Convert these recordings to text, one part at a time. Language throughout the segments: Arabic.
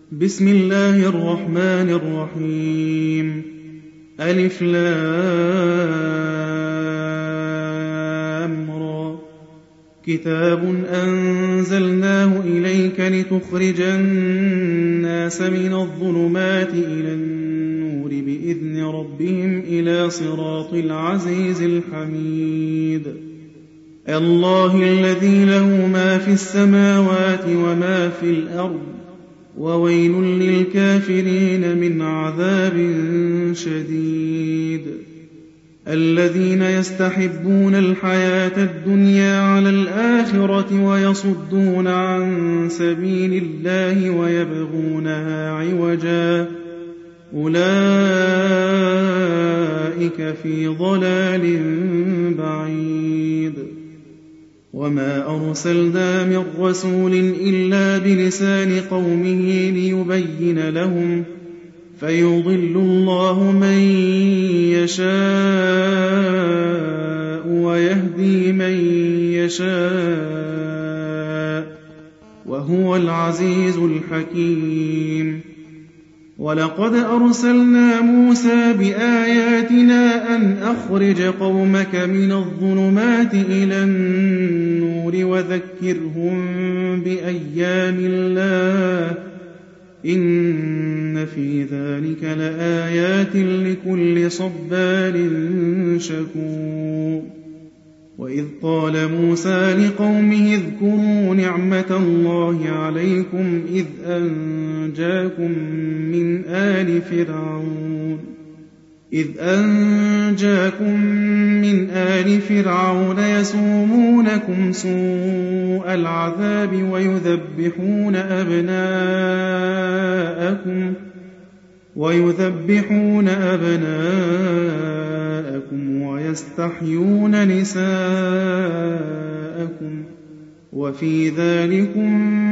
بسم الله الرحمن الرحيم. ألف لام را. كتاب أنزلناه إليك لتخرج الناس من الظلمات إلى النور بإذن ربهم إلى صراط العزيز الحميد. الله الذي له ما في السماوات وما في الأرض وويل للكافرين من عذاب شديد. الذين يستحبون الحياة الدنيا على الآخرة ويصدون عن سبيل الله ويبغونها عوجا أولئك في ضلال بعيد. وما أرسلنا من رسول إلا بلسان قومه ليبين لهم فيضل الله من يشاء ويهدي من يشاء وهو العزيز الحكيم. ولقد أرسلنا موسى بآياتنا أن أخرج قومك من الظلمات إلى النور وذكرهم بأيام الله إن في ذلك لآيات لكل صبار شكور. وإذ قال موسى لقومه اذكروا نعمة الله عليكم إذ أنجاكم من آل فرعون يسومونكم سوء العذاب ويذبحون أبناءكم ويستحيون نساءكم وفي ذلكم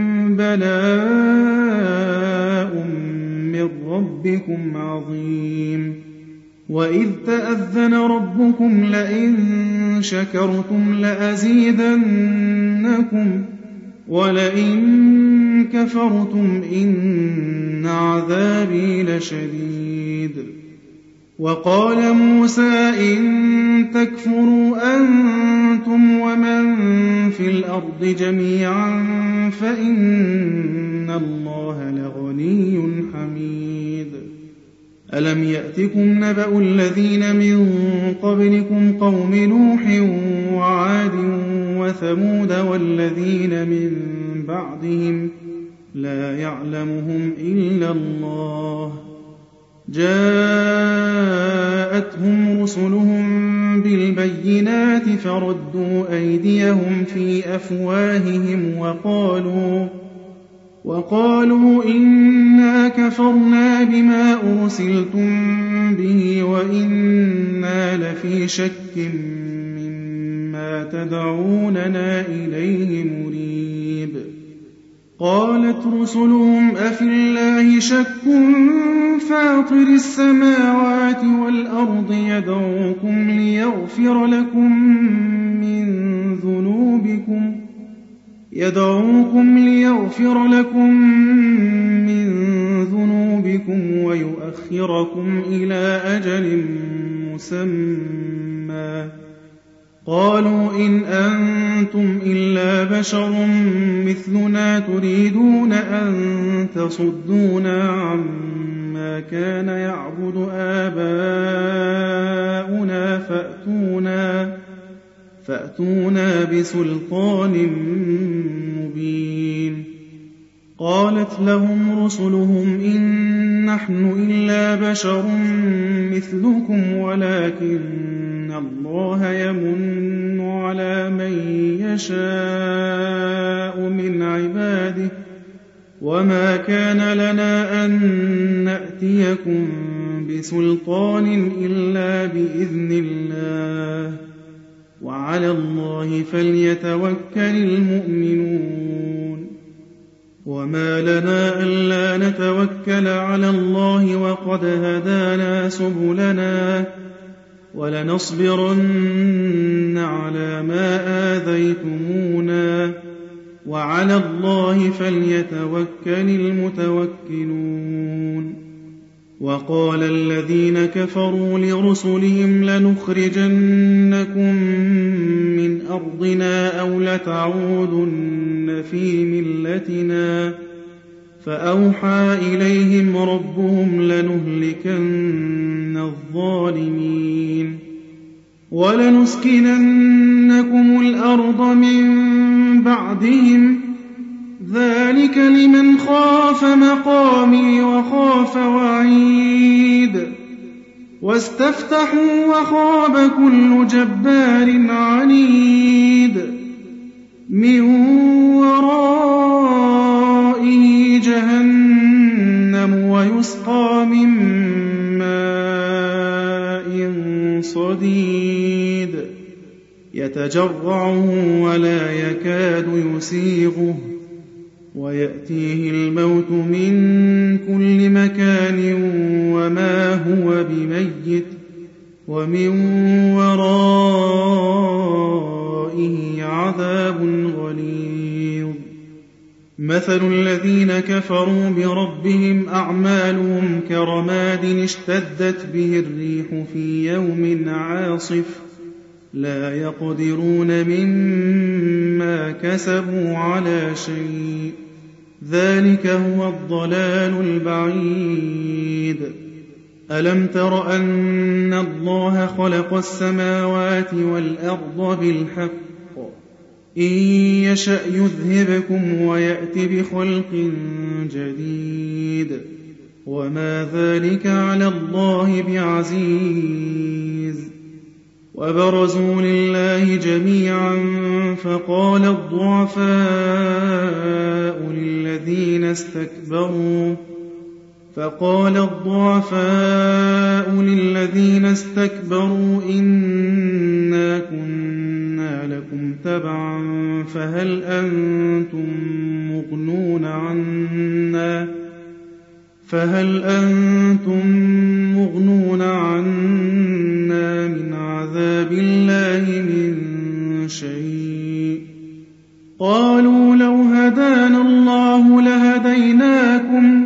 بلاء من ربكم عظيم. وإذ تأذن ربكم لئن شكرتم لأزيدنكم ولئن كفرتم إن عذابي لشديد. وقال موسى إن تكفروا أنتم ومن في الأرض جميعا فإن الله لغني حميد. ألم يأتكم نبأ الذين من قبلكم قوم نوح وعاد وثمود والذين من بعدهم لا يعلمهم إلا الله جاءتهم رسلهم بالبينات فردوا أيديهم في أفواههم وقالوا إنا كفرنا بما أرسلتم به وإنا لفي شك مما تدعوننا إليه مريب. قالت رسلهم أفي الله شك فاطر السماوات والأرض يدعوكم ليغفر لكم من ذنوبكم ويؤخركم إلى أجل مسمى. قالوا إن أنتم إلا بشر مثلنا تريدون أن تصدونا عما كان يعبد آباؤنا فأتونا بسلطان مبين. قالت لهم رسلهم إن نحن إلا بشر مثلكم ولكن الله يمن على من يشاء من عباده وما كان لنا أن نأتيكم بسلطان إلا بإذن الله وعلى الله فليتوكل المؤمنون. وما لنا ألا نتوكل على الله وقد هدانا سبلنا ولنصبرن على ما آذيتمونا وعلى الله فليتوكل المتوكلون. وقال الذين كفروا لرسلهم لنخرجنكم من أرضنا أو لتعودن في ملتنا فأوحى إليهم ربهم لنهلكن الظالمين ولنسكننكم الأرض من بعدهم ذلك لمن خاف مقامي وخاف وعيد واستفتحوا وخاب كل جبار عنيد من ورائه جهنم ويسقى من ماء صديد يتجرعه ولا يكاد يسيغه ويأتيه الموت من كل مكان وما هو بميت ومن ورائه عذاب غليظ. مثل الذين كفروا بربهم أعمالهم كرماد اشتدت به الريح في يوم عاصف لا يقدرون مما كسبوا على شيء ذلك هو الضلال البعيد. ألم تر أن الله خلق السماوات والأرض بالحق إن يشأ يذهبكم ويأت بخلق جديد وما ذلك على الله بعزيز. وبرزوا لله جميعا فقال الضعفاء للذين استكبروا إنا كنا لكم تبعا فهل أنتم مغنون عنا من عذاب الله من شيء قالوا لو هدانا الله لهديناكم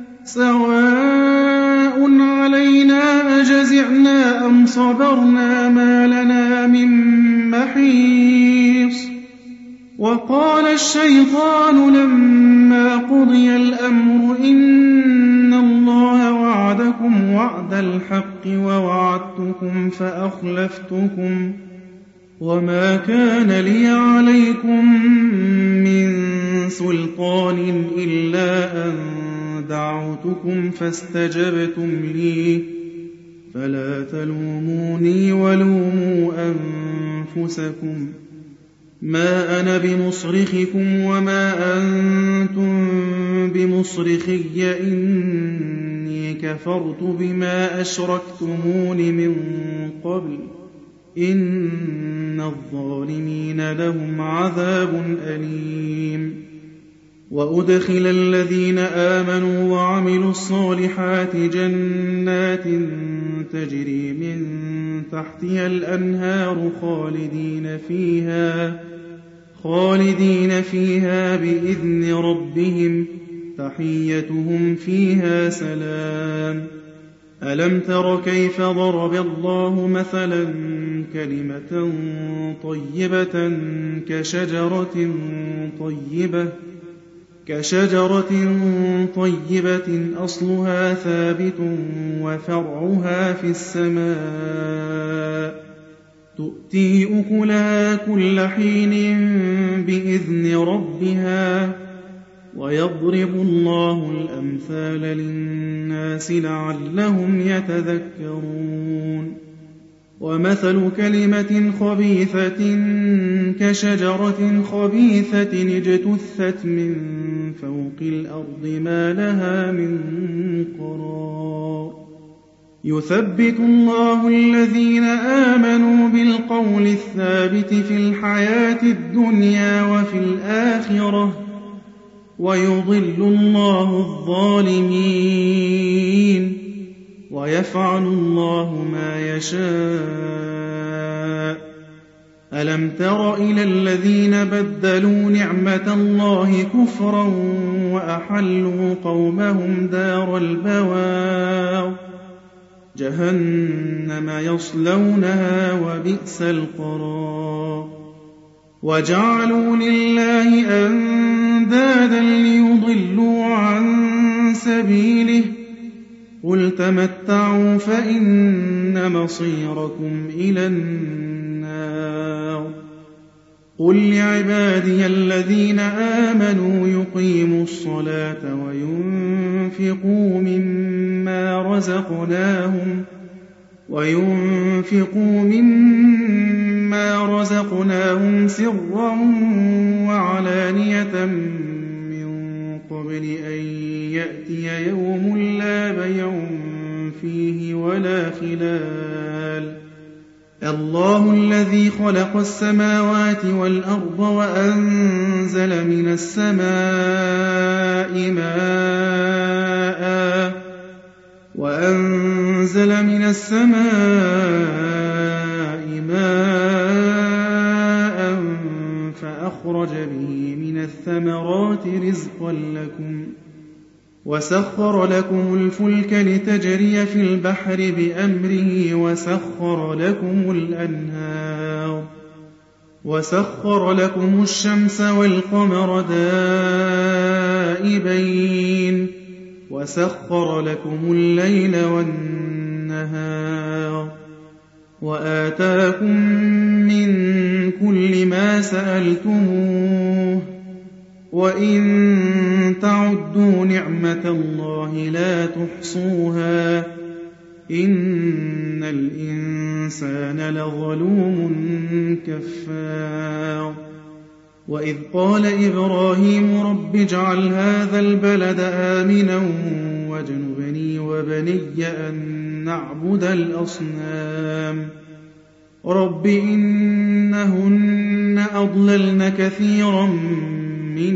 سواء علينا أجزعنا أم صبرنا ما لنا من محيص. وقال الشيطان لما قضي الأمر إن الله وعدكم وعد الحق ووعدتكم فأخلفتكم وما كان لي عليكم من سلطان إلا أن دعوتكم فاستجبتم لي فلا تلوموني ولوموا أنفسكم ما أنا بمصرخكم وما أنتم بمصرخي إني كفرت بما أشركتمون من قبل إن الظالمين لهم عذاب أليم. وأدخل الذين آمنوا وعملوا الصالحات جنات تجري من تحتها الأنهار خالدين فيها بإذن ربهم تحيتهم فيها سلام. ألم تر كيف ضرب الله مثلا كلمة طيبة كشجرة طيبة أصلها ثابت وفرعها في السماء تؤتي أكلها كل حين بإذن ربها ويضرب الله الأمثال للناس لعلهم يتذكرون. ومثل كلمة خبيثة كشجرة خبيثة اجتثت من فوق الأرض ما لها من قرار. يثبت الله الذين آمنوا بالقول الثابت في الحياة الدنيا وفي الآخرة ويضل الله الظالمين ويفعل الله ما يشاء. ألم تر إلى الذين بدلوا نعمة الله كفرا وأحلوا قومهم دار البوار جهنم يصلونها وبئس القرار وجعلوا لله أندادا ليضلوا عن سبيله قل تمتعوا فإن مصيركم إلى النار قل لعبادي الذين آمنوا يقيموا الصلاة وينفقوا مما رزقناهم سرا وعلانية من قبل أن يأتي يوم لا بيع فيه ولا خلال الله الذي خلق السماوات والأرض وأنزل من السماء ماء فأخرج به من الثمرات رزقا لكم وسخر لكم الفلك لتجري في البحر بأمره وسخر لكم الشمس والقمر دائبين وسخر لكم الليل والنهار وآتاكم من كل ما سألتموه وإن تعدوا نعمة الله لا تحصوها إن الإنسان لظلوم كفار وإذ قال إبراهيم رب اجعل هذا البلد آمنا واجنبني وبني أن نعبد الأصنام رب إنهن أضللن كثيرا من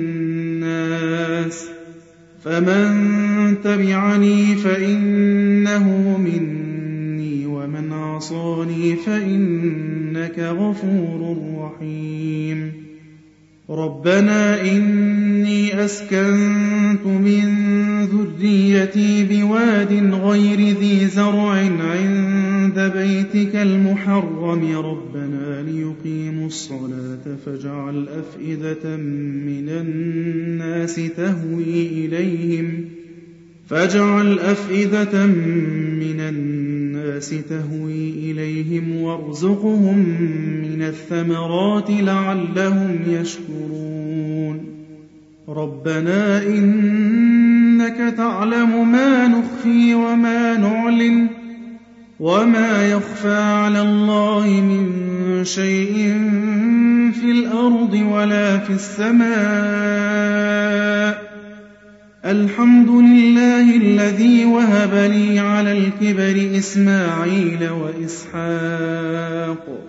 الناس فمن تبعني فإنه مني ومن عصاني فإنك غفور رحيم ربنا إني أسكنت من ذريتي بواد غير ذي زرع عند بيتك المحرم ربنا ليقيموا الصلاة فاجعل أفئدة من الناس تهوي إليهم وارزقهم من الثمرات لعلهم يشكرون ربنا إنك تعلم ما نخفي وما نعلن وما يخفى على الله من شيء في الأرض ولا في السماء الحمد لله الذي وهب لي على الكبر إسماعيل وإسحاق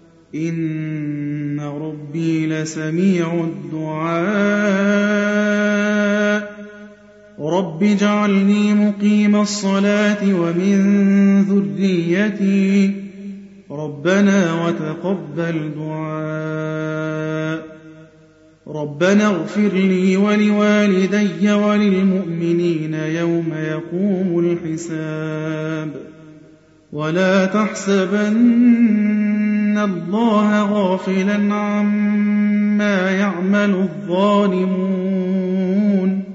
إن ربي لسميع الدعاء رب اجعلني مقيم الصلاة ومن ذريتي ربنا وتقبل دعاء ربنا اغفر لي ولوالدي وللمؤمنين يوم يقوم الحساب ولا تحسبن الله غافلا عما يعمل الظالمون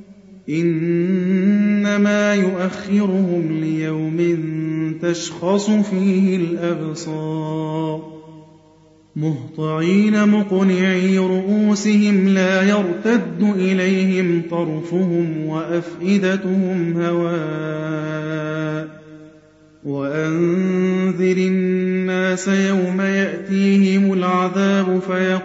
إنما يؤخرهم ليوم تشخص فيه الأبصار مهطعين مقنعي رؤوسهم لا يرتد إليهم طرفهم وأفئدتهم هواء وأنذر الناس يوم يأتيهم العذاب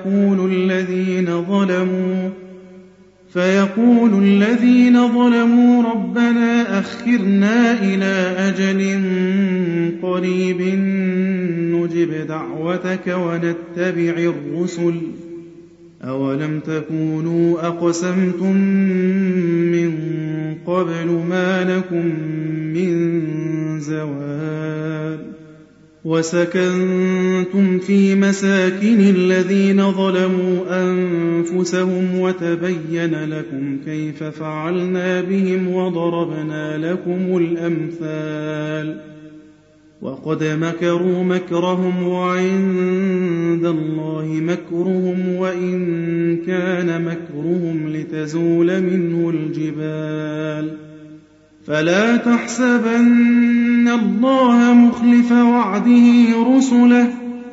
فيقول الذين ظلموا ربنا أخرنا إلى أجل قريب نجب دعوتك ونتبع الرسل أولم تكونوا أقسمتم من قبل ما لكم من زوال وسكنتم في مساكن الذين ظلموا أنفسهم وتبين لكم كيف فعلنا بهم وضربنا لكم الأمثال وقد مكروا مكرهم وعند الله مكرهم وإن كان مكرهم لتزول منه الجبال فلا تحسبن الله مخلف وعده رسله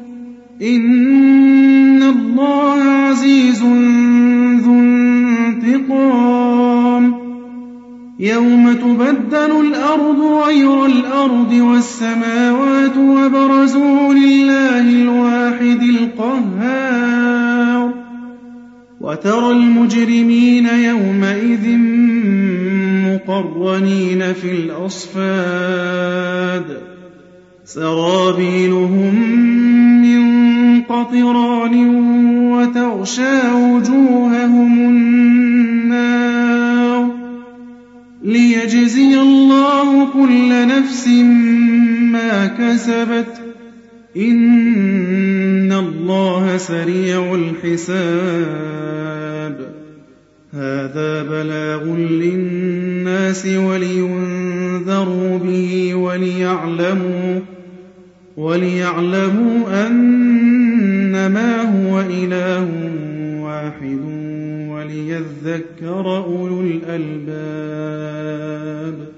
إن الله عزيز ذو انتقام يوم تبدل الأرض غير الأرض والسماوات وبرزوا لله الواحد القهار وترى المجرمين يومئذ مقرنين في الأصفاد سرابيلهم من قطران وتغشى وجوههم النار ليجزي الله كل نفس ما كسبت إن الله سريع الحساب هذا بلاغ للناس ولينذروا به وليعلموا أنما هو إله واحد وليذكر أولو الألباب